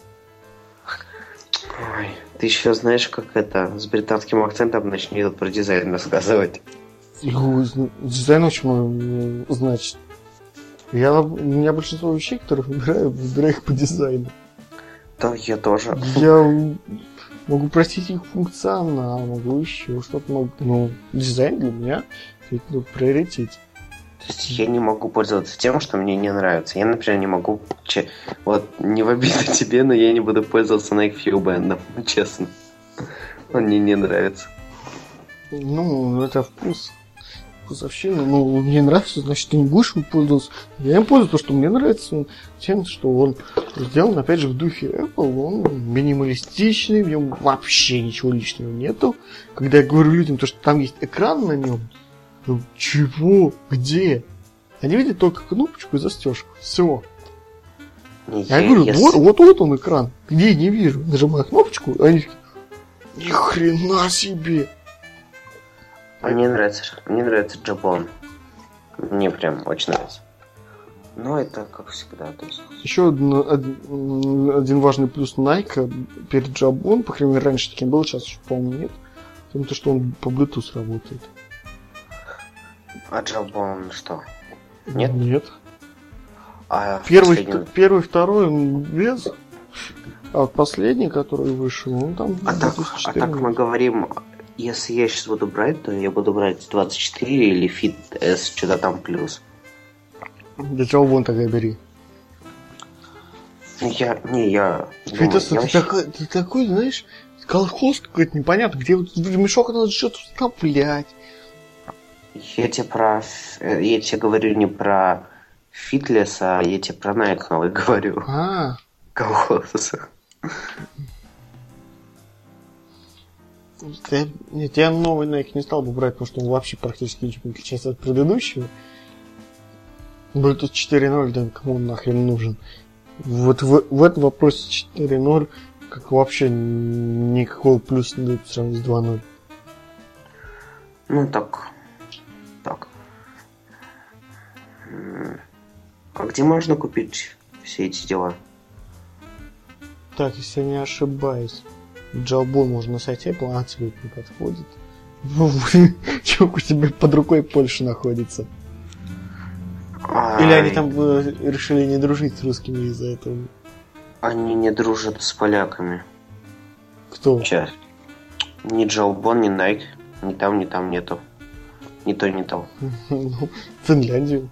Ой, ты еще знаешь, как это с британским акцентом начни тут про дизайн рассказывать. Ой, дизайн очень много значит. Я, у меня большинство вещей, которые выбираю, выбираю их по дизайну. Да, я тоже. Я могу простить их функционал, могу еще что-то. Могу... Ну, дизайн для меня это приоритет. То есть я не могу пользоваться тем, что мне не нравится. Я, например, не могу... че- Вот, не в обиду тебе, но я не буду пользоваться Nike Fuel Band, ну, честно. Он мне не нравится. Ну, это вкус. Вкусовщина. Ну, мне нравится, значит, ты не будешь им пользоваться. Я им пользуюсь, потому что мне нравится тем, что он сделан, опять же, в духе Apple. Он минималистичный, в нем вообще ничего лишнего нету. Когда я говорю людям, то, что там есть экран на нем, ну, чего? Где? Они видят только кнопочку и застежку. Все. Не, Я, говорю, если- вот, вот, вот он экран. Где? Не вижу. Нажимаю кнопочку, а они такие, ни хрена себе. А Мне нравится, мне нравится Jabon. Мне прям очень нравится. Но это как всегда. То есть... Еще один, один, один важный плюс Nike перед Jabon, по крайней мере, раньше таким был, сейчас еще, по-моему, нет. Потому что он по Bluetooth работает. А Jabon что? Нет? Нет. А Первый, последний- первый, второй он без. А вот последний, который вышел, он там... А так, а так мы говорим, если я сейчас буду брать, то я буду брать двадцать четыре или Fit S, что-то там плюс. Для Jabon тогда бери. Я, не, я... думаю, Фитос, я ты, вообще- такой, ты такой, знаешь, колхоз какой-то непонятно, где вот в мешок надо что-то вставлять. Я тебе про... э, Я тебе говорю не про Фитлес, а я тебе про Nike новый говорю. А, Колхоз. я, нет, я новый Nike не стал бы брать, потому что он вообще практически ничего не отличается от предыдущего. Bluetooth четыре ноль, да кому он нахрен нужен? Вот в, в этом вопросе четыре ноль как вообще никакого плюса не дает по сравнению с два ноль. Ну так. Так. М, А где можно купить все эти дела? Так, если я не ошибаюсь, Jabon можно на сайте Apple, а цвет не подходит. Ну, блин, чувак, у тебя под рукой Польша находится. Или они там э, решили не дружить с русскими из-за этого? Они не дружат с поляками. Кто? Сейчас. Ни Jabon, ни Nike. Ни там, ни там нету. Ни то, ни то. Ну, Финляндию.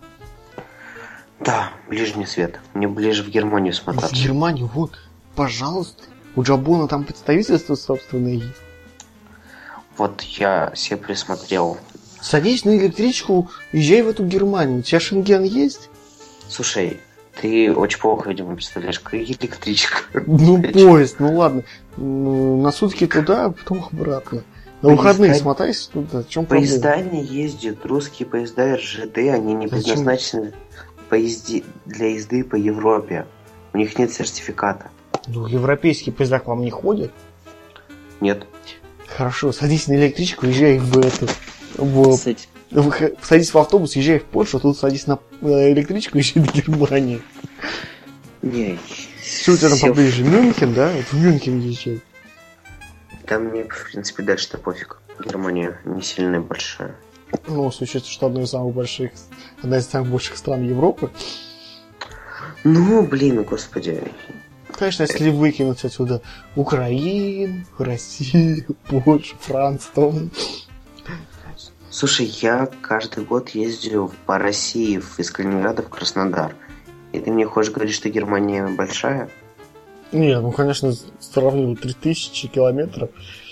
Да, ближний свет. Мне ближе в Германию В смотаться. Германию, вот, пожалуйста. У Джабона там представительство собственное есть. Вот я себе присмотрел. Садись на электричку, езжай в эту Германию. У тебя шенген есть? Слушай, ты очень плохо, видимо, представляешь, какая электричка. Ну, поезд, ну ладно. Ну, на сутки туда, а потом обратно. На выходные Поезда- смотайся туда. В чем проблема? Поезда не ездят, русские поезда эр жэ дэ, они не Зачем? предназначены поезди... для езды по Европе. У них нет сертификата. Ну, европейские поезда к вам не ходят. Нет. Хорошо, садись на электричку, езжай в эту. В, Кстати, в- садись в автобус, езжай в Польшу, а тут садись на э, электричку, езжай в Германию. не, Что у тебя там всё. поближе? Мюнхен, да? Вот в Мюнхен езжай. Там мне, в принципе, дальше-то пофиг. Германия не сильно большая. Ну, с учетом, что одна из самых больших, одна из самых больших стран Европы. Ну, блин, господи. Конечно, если выкинуть отсюда Украину, Россию, Польшу, Францию, то... Слушай, я каждый год ездил по России в- из Калининграда в Краснодар. И ты мне хочешь говорить, что Германия большая? Не, ну, конечно, сравнивать три тысячи километров.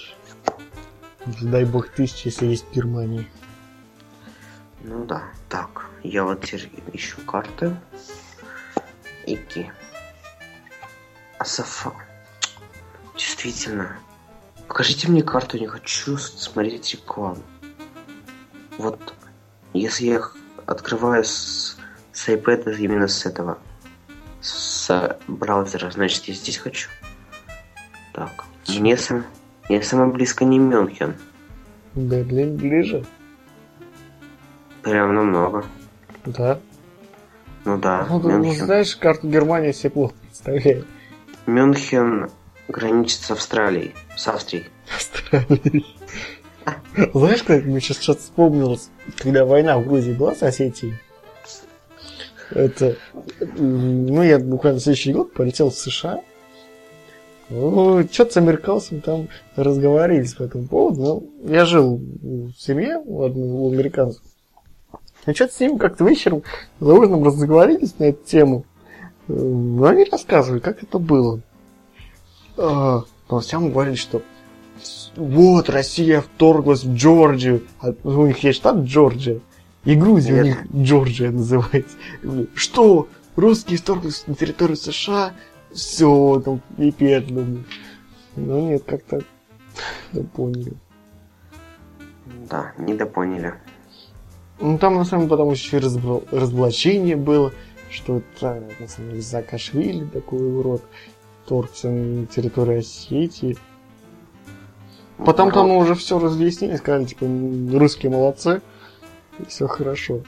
Дай бог тысячи, если есть в Германии. Ну да. Так, я вот теперь ищу карты. Ики. Асафа. Действительно. Покажите мне карту, не хочу смотреть рекламу. Вот, если я их открываю с, с iPad, именно с этого, с браузера, значит, я здесь хочу. Так, мне, сам, мне самое близко не Мюнхен. Берлин ближе, Прям намного. да? Ну да, Ну, ты, ну, Мюнхен. знаешь, карту Германии себе плохо представляю. Мюнхен граничит с Австралией, с Австрией. Австралии. Знаешь, как мне сейчас что-то вспомнилось, когда война в Грузии была с Осетией? Это, м, ну, я буквально в следующий год полетел в США. Ну, что-то с американцами там разговорились по этому поводу. Ну, я жил в семье у одного у американцев. И что-то с ними как-то вечером за ужином разговорились на эту тему. Э, Ну, они рассказывали, как это было. А, Новостям говорили, что вот, Россия вторглась в Джорджию. А у них есть штат Джорджия. И Грузия Нет. у них Джорджия называется. Что? Русские вторглись на территорию США? Все, там, пипец, думаю. Ну нет, как-то да поняли. Да, недопоняли. Ну там на самом деле потом еще и разбла- разоблачение было, что это на самом деле Саакашвили такой урод вторгся на территорию Осетии. Потом Ну, там уже все разъяснили, сказали, типа, м, русские молодцы, и все хорошо.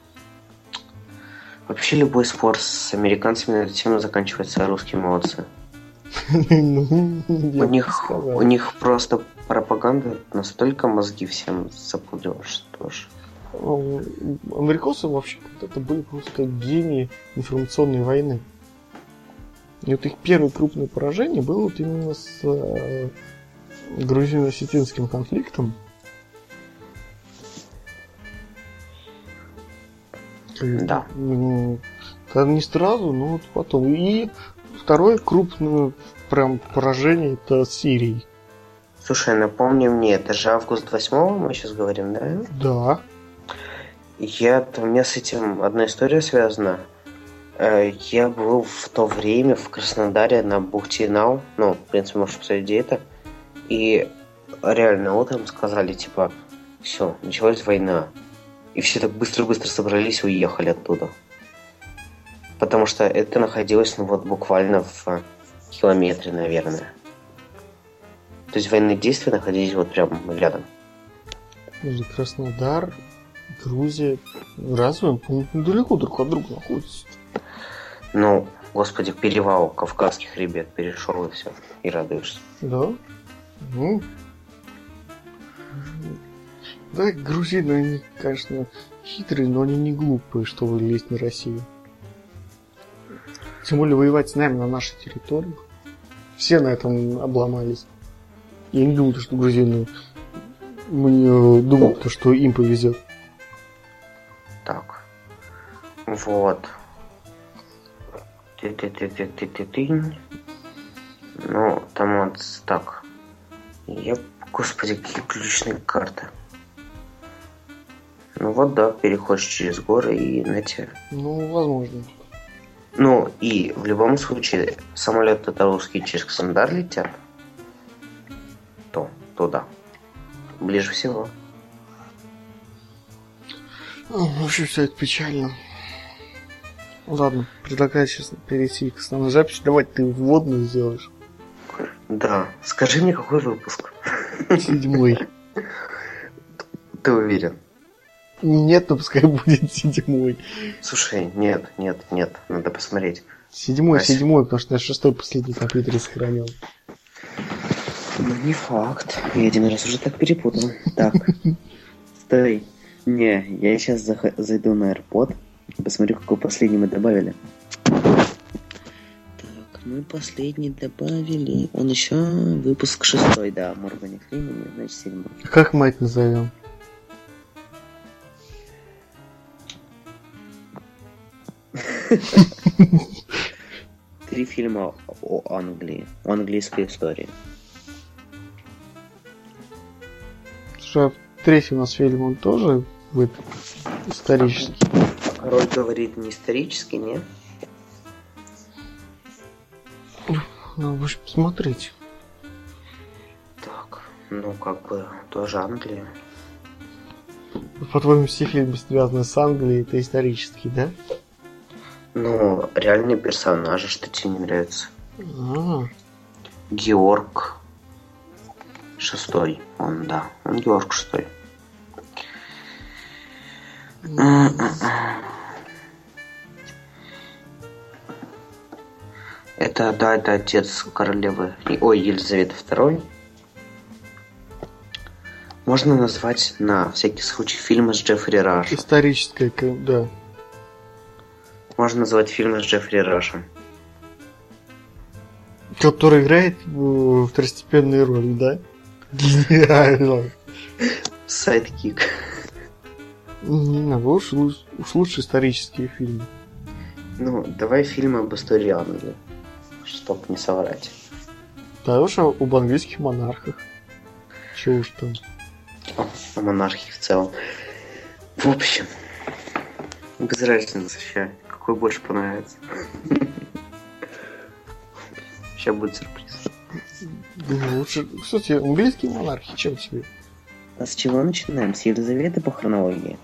Вообще любой спор с американцами на эту тему заканчивается русские молодцы. Ну, У я бы них, сказал. у них просто пропаганда настолько мозги всем запудрила, что ж. Ну, Америкосы вообще это были просто гении информационной войны. И вот их первое крупное поражение было вот именно с э, грузино-осетинским конфликтом. Да. М, да, не сразу, но вот потом. И второе крупное прям поражение это с Сирией. Слушай, напомни мне, это же август восьмого мы сейчас говорим, да? Да. Я, у меня с этим одна история связана. Э, Я был в то время в Краснодаре на бухте Инау. Ну, в принципе, можешь посмотреть, где это. И реально утром сказали, типа, все, началась война. И все так быстро-быстро собрались и уехали оттуда. Потому что это находилось, ну вот, буквально в километре, наверное. То есть военные действия находились вот прям рядом. Или Краснодар, Грузия. Разве он, по-моему, далеко друг от друга находится? Ну, господи, перевал Кавказских хребет перешел и все. И радуешься. Да. Ну. Да, грузины, они, конечно, хитрые, но они не глупые, чтобы лезть на Россию. Тем более воевать с нами на нашей территории. Все на этом обломались. Я не думаю, что грузины мне думают, что им повезет. Так. Вот. Ты-ты-ты-ты-ты-ты-ты. Ну, там вот так. Я... Господи, какие ключные карты. Ну вот, да, переходишь через горы и на те. Ну, возможно. Ну, и в любом случае, самолеты русские через Краснодар летят. То, туда. Ближе всего. В общем, все это печально. Ладно, предлагаю сейчас перейти к основной записи. Давай ты вводную сделаешь. Да. Скажи мне, какой выпуск? Седьмой. Ты уверен? Нет, но пускай будет седьмой. Слушай, нет, нет, нет. Надо посмотреть. Седьмой, Ась. седьмой, потому что я шестой последний компьютер сохранил. Ну, не факт. Я один раз уже так перепутал. Так. Стой. Не, я сейчас зах- зайду на AirPod и посмотрю, какой последний мы добавили. Так, мы последний добавили. Он еще выпуск шестой, да. Моргани Фриман, значит, седьмой. Как мы это назовем? Три фильма о Англии. О английской истории. Слушай, а третий у нас фильм, он тоже будет исторический. Король говорит не исторический, нет? Ну, вы же посмотрите. Так, ну как бы тоже Англия. По-твоему, все фильмы, связанные с Англией, это исторические, да? Ну, реальные персонажи, что тебе не нравится? А, Георг шестой, он, да, он Георг шестой. Это, да, это отец королевы, ой, Елизаветы второй. Можно назвать на всякий случай фильмы с Джеффри Рашем. историческое, к- да. Можно назвать фильмы с Джеффри Рашем. Который играет в второстепенные роли, да? Гениально. Сайдкик. Не надо, уж, лучше- уж лучше исторические фильмы. Ну, давай фильмы об истории Англии, чтоб не соврать. Да уж об английских монархах. Чего уж там. О, о монархии в целом. В общем, без разницы вообще, какой больше понравится. Сейчас будет сюрприз. Думаю, лучше... Кстати, английские монархи, чем тебе? А с чего начинаем? С Елизаветы по хронологии?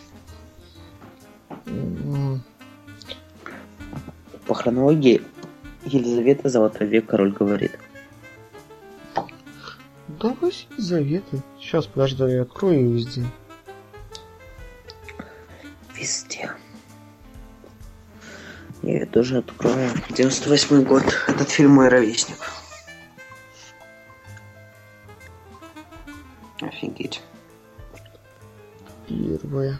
М, По хронологии Елизавета, Золотой век, король говорит. Давай с Елизаветы. Сейчас, подожди, я открою ее везде. Везде. Я ее тоже открою. девяносто восьмой год. Этот фильм мой ровесник. Офигеть. Первая.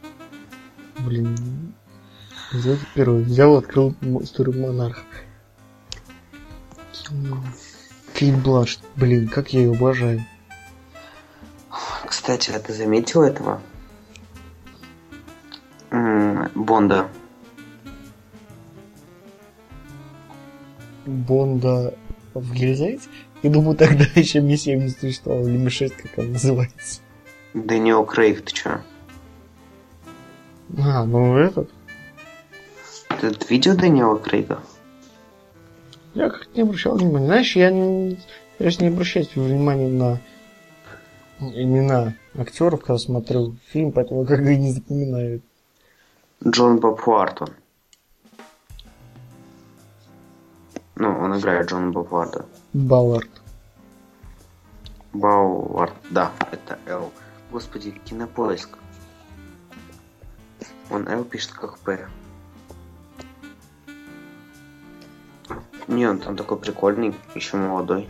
Блин. Взял первую. Взял, открыл м- историю монарха. Кино. Кейт Бланшетт. Блин, как я ее обожаю. Кстати, а ты заметил этого? М, Бонда. Бонда в Елизавете? Я думаю, тогда еще Ми семь не существовало, или Ми шесть, как она называется. Дэниел Крейг, ты чё? А, ну этот. Ты видел Дэниела Крейга? Я как-то не обращал внимания. Знаешь, я не, я же не обращаю внимания на имена актеров, когда смотрю фильм, поэтому как бы и не запоминаю. Джон Боб Уартон. Ну, он играет Джона Боб Уарда. Баллард. Бауард, да, это Л. Господи, Кинопоиск. Он Л пишет как П. Не, он там такой прикольный, еще молодой.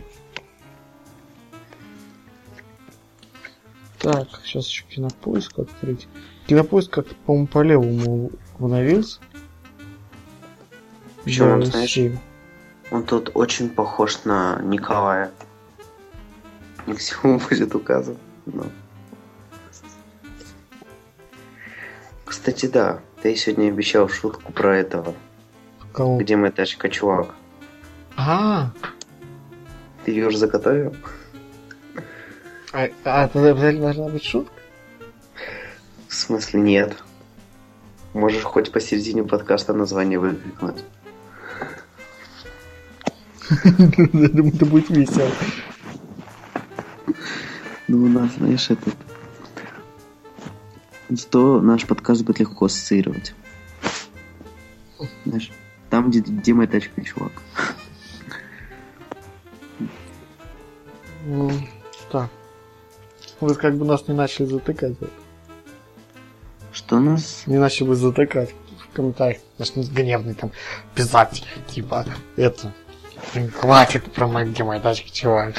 Так, сейчас еще Кинопоиск открыть. Кинопоиск как-то, по-моему, по левому обновился. Причем, Да, он, знаешь, семь. он тут очень похож на Николая. Ни к чему будет указан. Но. Кстати, да, ты сегодня обещал шутку про этого. Кого? Где Мэташка чувак. А, Ты ее уже заготовил? А, а это обязательно должна быть шутка? В смысле нет. Можешь хоть посередине подкаста название выкрикнуть. Я думаю, это будет весело. Ну, у нас, знаешь, этот... Зато наш подкаст будет легко ассоциировать. Знаешь, там, где Дима тачка, чувак. Ну, так. Вы как бы нас не начали затыкать. Что нас? Не начали бы затыкать в комментариях. Наш гневный там писатель. Типа, это... Хватит про мои Дима тачки, чувак.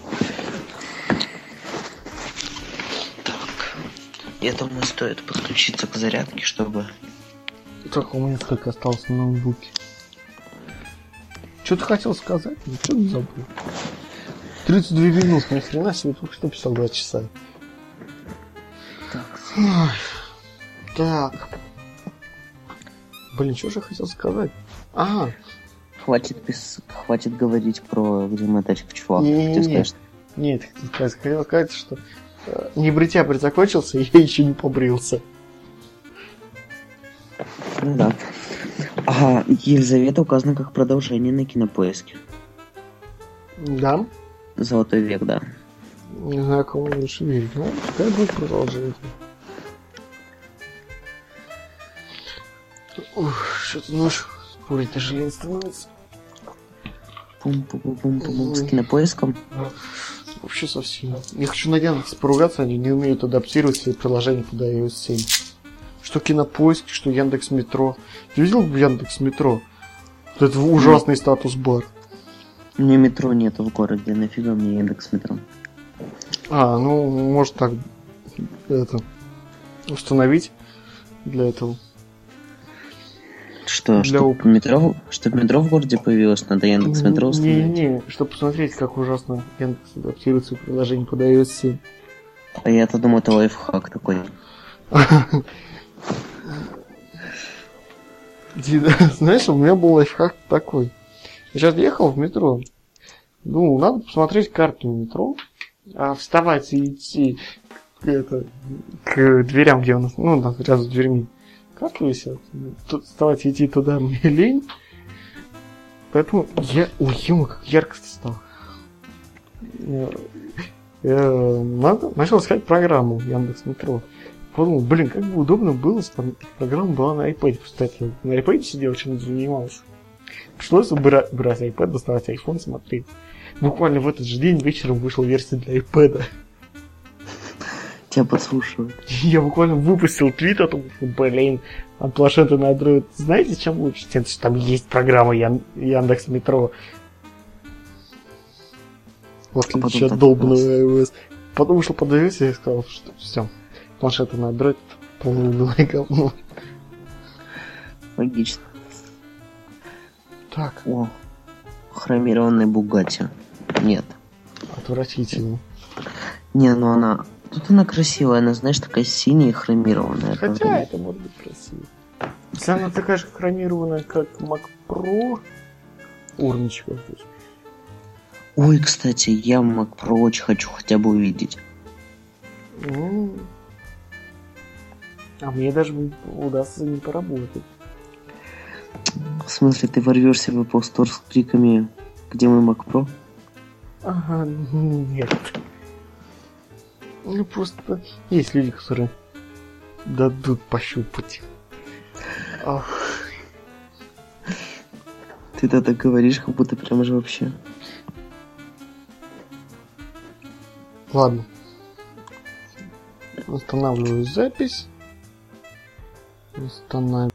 Я думаю, стоит подключиться к зарядке, чтобы... Так, у меня сколько осталось на ноутбуке. Что ты хотел сказать? Ну, что ты забыл? тридцать две минуты, ни хрена себе, только что писал два часа. Так. Ой. Так. Блин, что же я хотел сказать? Ага. Хватит, пис... Хватит говорить про где моя тачка, чувак. Не, Ты не, скажешь? Нет, хотел сказать, хотел сказать, что э, не бритья закончился, и я еще не побрился. Ну да. Ага, Елизавета указана как продолжение на Кинопоиске. Да? Золотой век, да. Не знаю, кому лучше верить. Ну, пускай будет продолжение. Ух, что-то нож спорить даже лень становится. Пум-пум-пум-пум-пум с Кинопоиском. Вообще совсем. Я хочу на Яндексе поругаться, они не умеют адаптировать свои приложения под ай о эс семь. Что Кинопоиск, что Яндекс.Метро. Ты видел в Яндекс.Метро? Это ужасный статус-бар. У меня метро нету в городе, нафига мне Яндекс.Метро? А, ну, может так это установить для этого. Что, Для чтобы метро, чтобы метро в городе появилось, надо Яндекс.Метро установить? Не-не, чтобы посмотреть, как ужасно Яндекс адаптирует свои приложения под ай о эс семь. А я-то думаю, это лайфхак такой. Знаешь, у меня был лайфхак такой. Я сейчас ехал в метро. Думал, надо посмотреть карту метро, а вставать и идти к, это, к дверям, где у нас, ну, там рядом с дверьми карты висят. Тут вставать и идти туда мне лень. Поэтому я... Ой, ё, как ярко стало. Я, я надо, начал искать программу Яндекс.Метро. Подумал, блин, как бы удобно было, если там программа была на iPad. Кстати, на iPad сидел, чем-то занимался. Пришлось убирать, брать iPad, доставать iPhone, смотреть. Буквально в этот же день вечером вышла версия для iPad. Тебя подслушивают. Я буквально выпустил твит о том, что, блин, от планшета на Android. Знаете, чем лучше? Тем, что там есть программа Ян... Яндекс.Метро. В отличие от долбанного iOS. Потом вышел под iOS и сказал, что все. Планшеты на Android полное говно. Логично. Так. О, хромированный Бугатти. Нет. Отвратительно. Не, ну она... Тут она красивая, она, знаешь, такая синяя и хромированная. Хотя это может быть красиво. Если она такая же хромированная, как Mac Pro, урничка. Ой, кстати, я Mac Pro очень хочу хотя бы увидеть. Mm. А мне даже удастся за ним поработать. В смысле, ты ворвешься в Apple Store с криками «Где мой Mac Pro?» Ага, нет. Ну, просто есть люди, которые дадут пощупать. Ах. Ты тогда говоришь, как будто прям же вообще. Ладно. Устанавливаю запись. Устанавливаю.